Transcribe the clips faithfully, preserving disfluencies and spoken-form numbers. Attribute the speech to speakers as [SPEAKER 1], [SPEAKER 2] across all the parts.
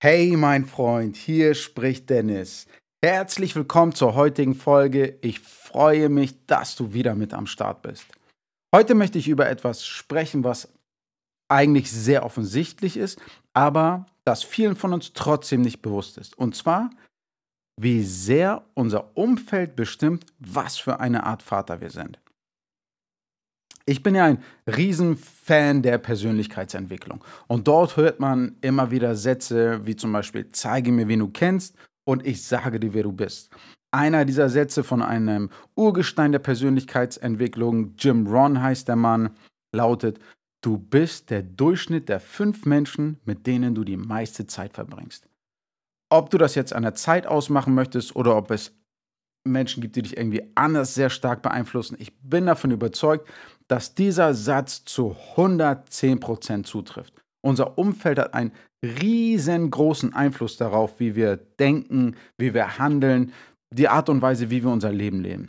[SPEAKER 1] Hey, mein Freund, hier spricht Dennis. Herzlich willkommen zur heutigen Folge. Ich freue mich, dass du wieder mit am Start bist. Heute möchte ich über etwas sprechen, was eigentlich sehr offensichtlich ist, aber das vielen von uns trotzdem nicht bewusst ist. Und zwar, wie sehr unser Umfeld bestimmt, was für eine Art Vater wir sind. Ich bin ja ein Riesenfan der Persönlichkeitsentwicklung. Und dort hört man immer wieder Sätze wie zum Beispiel, zeige mir, wen du kennst und ich sage dir, wer du bist. Einer dieser Sätze von einem Urgestein der Persönlichkeitsentwicklung, Jim Rohn heißt der Mann, lautet, du bist der Durchschnitt der fünf Menschen, mit denen du die meiste Zeit verbringst. Ob du das jetzt an der Zeit ausmachen möchtest oder ob es Menschen gibt, die dich irgendwie anders sehr stark beeinflussen. Ich bin davon überzeugt, dass dieser Satz zu hundertzehn Prozent zutrifft. Unser Umfeld hat einen riesengroßen Einfluss darauf, wie wir denken, wie wir handeln, die Art und Weise, wie wir unser Leben leben.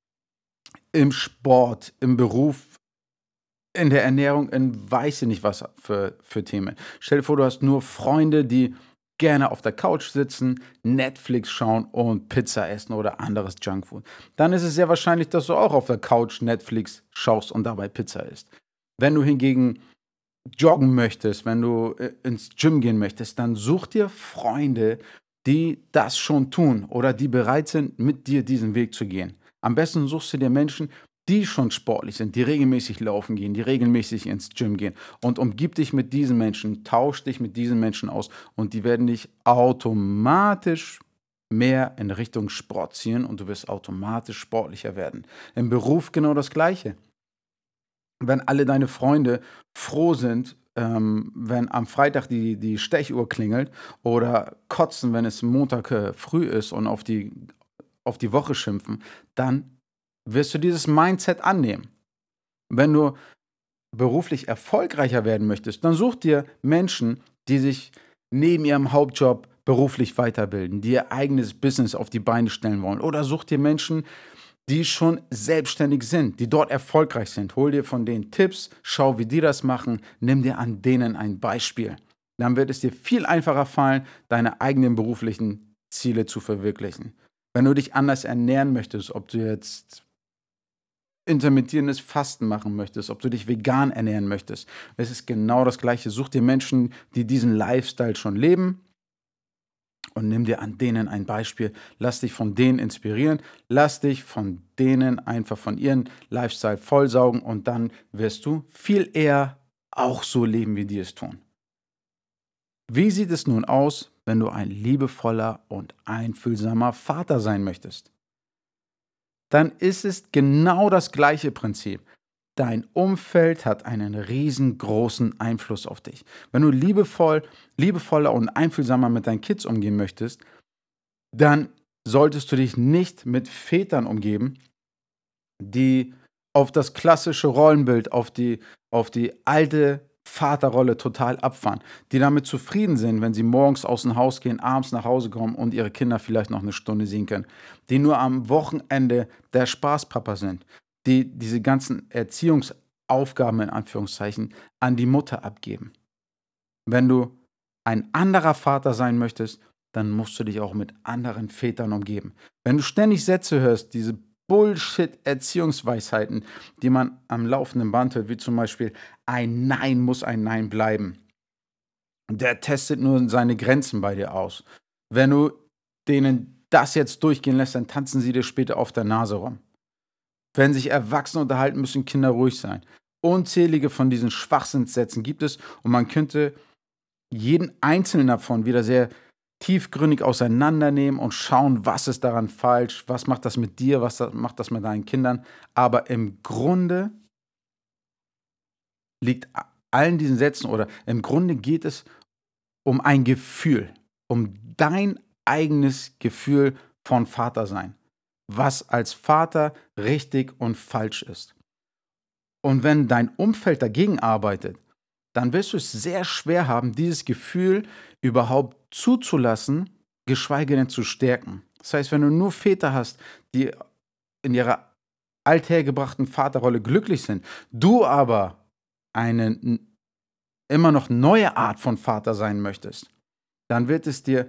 [SPEAKER 1] Im Sport, im Beruf, in der Ernährung, in weiß ich nicht was für, für Themen. Stell dir vor, du hast nur Freunde, die gerne auf der Couch sitzen, Netflix schauen und Pizza essen oder anderes Junkfood. Dann ist es sehr wahrscheinlich, dass du auch auf der Couch Netflix schaust und dabei Pizza isst. Wenn du hingegen joggen möchtest, wenn du äh, ins Gym gehen möchtest, dann such dir Freunde, die das schon tun oder die bereit sind, mit dir diesen Weg zu gehen. Am besten suchst du dir Menschen, die schon sportlich sind, die regelmäßig laufen gehen, die regelmäßig ins Gym gehen und umgib dich mit diesen Menschen, tausch dich mit diesen Menschen aus und die werden dich automatisch mehr in Richtung Sport ziehen und du wirst automatisch sportlicher werden. Im Beruf genau das Gleiche. Wenn alle deine Freunde froh sind, ähm, wenn am Freitag die, die Stechuhr klingelt oder kotzen, wenn es Montag äh, früh ist und auf die, auf die Woche schimpfen, dann wirst du dieses Mindset annehmen. Wenn du beruflich erfolgreicher werden möchtest, dann such dir Menschen, die sich neben ihrem Hauptjob beruflich weiterbilden, die ihr eigenes Business auf die Beine stellen wollen. Oder such dir Menschen, die schon selbstständig sind, die dort erfolgreich sind. Hol dir von denen Tipps, schau, wie die das machen, nimm dir an denen ein Beispiel. Dann wird es dir viel einfacher fallen, deine eigenen beruflichen Ziele zu verwirklichen. Wenn du dich anders ernähren möchtest, ob du jetzt intermittierendes Fasten machen möchtest, ob du dich vegan ernähren möchtest, es ist genau das Gleiche. Such dir Menschen, die diesen Lifestyle schon leben und nimm dir an denen ein Beispiel. Lass dich von denen inspirieren, lass dich von denen einfach von ihrem Lifestyle vollsaugen und dann wirst du viel eher auch so leben, wie die es tun. Wie sieht es nun aus, wenn du ein liebevoller und einfühlsamer Vater sein möchtest? Dann ist es genau das gleiche Prinzip. Dein Umfeld hat einen riesengroßen Einfluss auf dich. Wenn du liebevoll, liebevoller und einfühlsamer mit deinen Kids umgehen möchtest, dann solltest du dich nicht mit Vätern umgeben, die auf das klassische Rollenbild, auf die, auf die alte Vaterrolle total abfahren, die damit zufrieden sind, wenn sie morgens aus dem Haus gehen, abends nach Hause kommen und ihre Kinder vielleicht noch eine Stunde sehen können, die nur am Wochenende der Spaßpapa sind, die diese ganzen Erziehungsaufgaben in Anführungszeichen an die Mutter abgeben. Wenn du ein anderer Vater sein möchtest, dann musst du dich auch mit anderen Vätern umgeben. Wenn du ständig Sätze hörst, diese Bullshit-Erziehungsweisheiten, die man am laufenden Band hört, wie zum Beispiel, ein Nein muss ein Nein bleiben. Der testet nur seine Grenzen bei dir aus. Wenn du denen das jetzt durchgehen lässt, dann tanzen sie dir später auf der Nase rum. Wenn sich Erwachsene unterhalten, müssen Kinder ruhig sein. Unzählige von diesen Schwachsinnssätzen gibt es und man könnte jeden einzelnen davon wieder sehr tiefgründig auseinandernehmen und schauen, was ist daran falsch, was macht das mit dir, was macht das mit deinen Kindern. Aber im Grunde liegt allen diesen Sätzen oder im Grunde geht es um ein Gefühl, um dein eigenes Gefühl von Vatersein, was als Vater richtig und falsch ist. Und wenn dein Umfeld dagegen arbeitet, dann wirst du es sehr schwer haben, dieses Gefühl überhaupt zuzulassen, geschweige denn zu stärken. Das heißt, wenn du nur Väter hast, die in ihrer althergebrachten Vaterrolle glücklich sind, du aber eine n- immer noch neue Art von Vater sein möchtest, dann wird es dir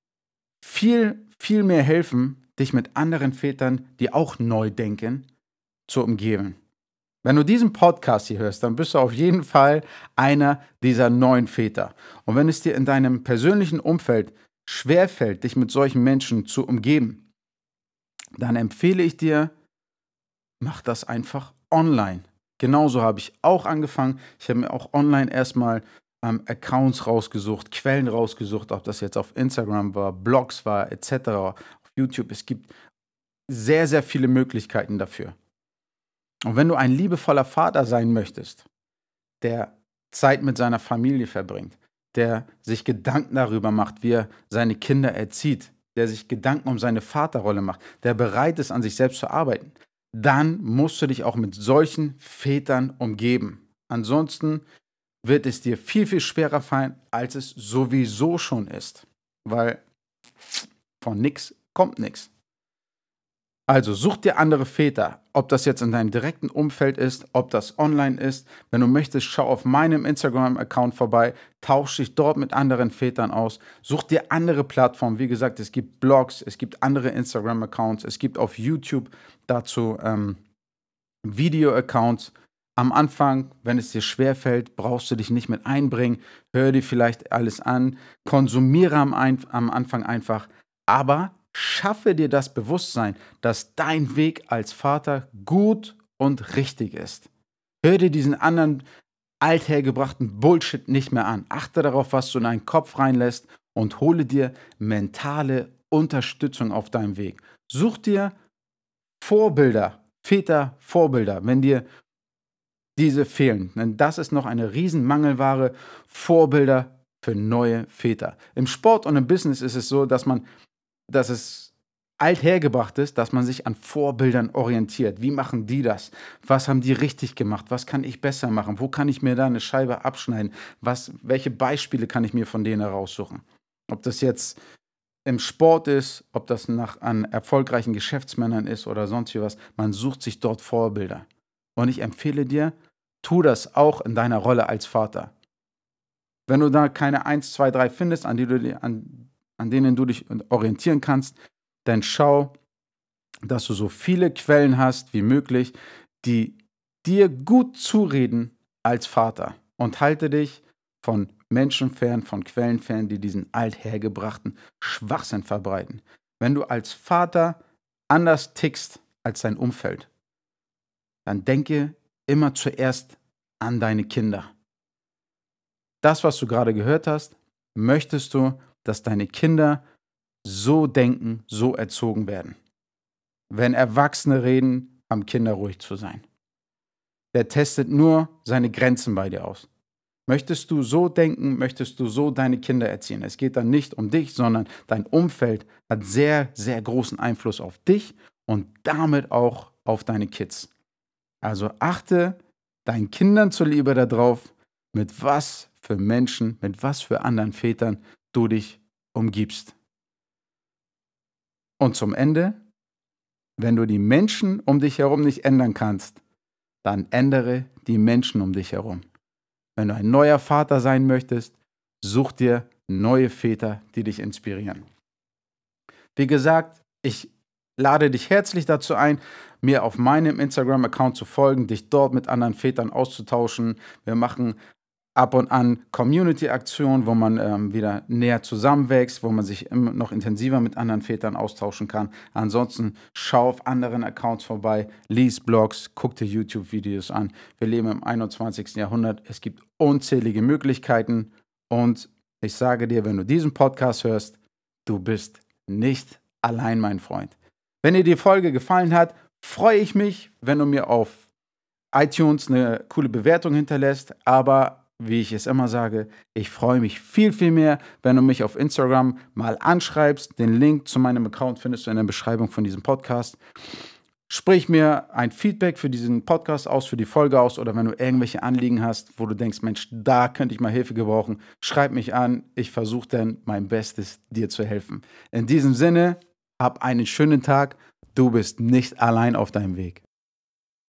[SPEAKER 1] viel, viel mehr helfen, dich mit anderen Vätern, die auch neu denken, zu umgeben. Wenn du diesen Podcast hier hörst, dann bist du auf jeden Fall einer dieser neuen Väter. Und wenn es dir in deinem persönlichen Umfeld schwerfällt, dich mit solchen Menschen zu umgeben, dann empfehle ich dir, mach das einfach online. Genauso habe ich auch angefangen. Ich habe mir auch online erstmal ähm, Accounts rausgesucht, Quellen rausgesucht, ob das jetzt auf Instagram war, Blogs war, et cetera. Auf YouTube. Es gibt sehr, sehr viele Möglichkeiten dafür. Und wenn du ein liebevoller Vater sein möchtest, der Zeit mit seiner Familie verbringt, der sich Gedanken darüber macht, wie er seine Kinder erzieht, der sich Gedanken um seine Vaterrolle macht, der bereit ist, an sich selbst zu arbeiten, dann musst du dich auch mit solchen Vätern umgeben. Ansonsten wird es dir viel, viel schwerer fallen, als es sowieso schon ist. Weil von nix kommt nix. Also such dir andere Väter, ob das jetzt in deinem direkten Umfeld ist, ob das online ist. Wenn du möchtest, schau auf meinem Instagram-Account vorbei, tausch dich dort mit anderen Vätern aus, such dir andere Plattformen. Wie gesagt, es gibt Blogs, es gibt andere Instagram-Accounts, es gibt auf YouTube dazu ähm, Video-Accounts. Am Anfang, wenn es dir schwerfällt, brauchst du dich nicht mit einbringen, hör dir vielleicht alles an, konsumiere am, ein am Anfang einfach, aber schaffe dir das Bewusstsein, dass dein Weg als Vater gut und richtig ist. Hör dir diesen anderen althergebrachten Bullshit nicht mehr an. Achte darauf, was du in deinen Kopf reinlässt und hole dir mentale Unterstützung auf deinem Weg. Such dir Vorbilder, Väter, Vorbilder, wenn dir diese fehlen. Denn das ist noch eine riesen Mangelware, Vorbilder für neue Väter. Im Sport und im Business ist es so, dass man dass es althergebracht ist, dass man sich an Vorbildern orientiert. Wie machen die das? Was haben die richtig gemacht? Was kann ich besser machen? Wo kann ich mir da eine Scheibe abschneiden? Was, welche Beispiele kann ich mir von denen heraussuchen? Ob das jetzt im Sport ist, ob das nach an erfolgreichen Geschäftsmännern ist oder sonst wie was, man sucht sich dort Vorbilder. Und ich empfehle dir, tu das auch in deiner Rolle als Vater. Wenn du da keine eins, zwei, drei findest, an die du dir an an denen du dich orientieren kannst, dann schau, dass du so viele Quellen hast wie möglich, die dir gut zureden als Vater. Und halte dich von Menschen fern, von Quellen fern, die diesen althergebrachten Schwachsinn verbreiten. Wenn du als Vater anders tickst als dein Umfeld, dann denke immer zuerst an deine Kinder. Das, was du gerade gehört hast, möchtest du, dass deine Kinder so denken, so erzogen werden. Wenn Erwachsene reden, haben Kinder ruhig zu sein. Der testet nur seine Grenzen bei dir aus. Möchtest du so denken, möchtest du so deine Kinder erziehen? Es geht dann nicht um dich, sondern dein Umfeld hat sehr, sehr großen Einfluss auf dich und damit auch auf deine Kids. Also achte deinen Kindern zuliebe darauf, mit was für Menschen, mit was für anderen Vätern du dich umgibst. Und zum Ende, wenn du die Menschen um dich herum nicht ändern kannst, dann ändere die Menschen um dich herum. Wenn du ein neuer Vater sein möchtest, such dir neue Väter, die dich inspirieren. Wie gesagt, ich lade dich herzlich dazu ein, mir auf meinem Instagram-Account zu folgen, dich dort mit anderen Vätern auszutauschen. Wir machen ab und an Community-Aktionen, wo man ähm, wieder näher zusammenwächst, wo man sich immer noch intensiver mit anderen Vätern austauschen kann. Ansonsten schau auf anderen Accounts vorbei, lies Blogs, guck dir YouTube-Videos an. Wir leben im einundzwanzigsten Jahrhundert. Es gibt unzählige Möglichkeiten und ich sage dir, wenn du diesen Podcast hörst, du bist nicht allein, mein Freund. Wenn dir die Folge gefallen hat, freue ich mich, wenn du mir auf iTunes eine coole Bewertung hinterlässt, aber wie ich es immer sage, ich freue mich viel, viel mehr, wenn du mich auf Instagram mal anschreibst. Den Link zu meinem Account findest du in der Beschreibung von diesem Podcast. Sprich mir ein Feedback für diesen Podcast aus, für die Folge aus oder wenn du irgendwelche Anliegen hast, wo du denkst, Mensch, da könnte ich mal Hilfe gebrauchen, schreib mich an. Ich versuche dann mein Bestes, dir zu helfen. In diesem Sinne, hab einen schönen Tag. Du bist nicht allein auf deinem Weg.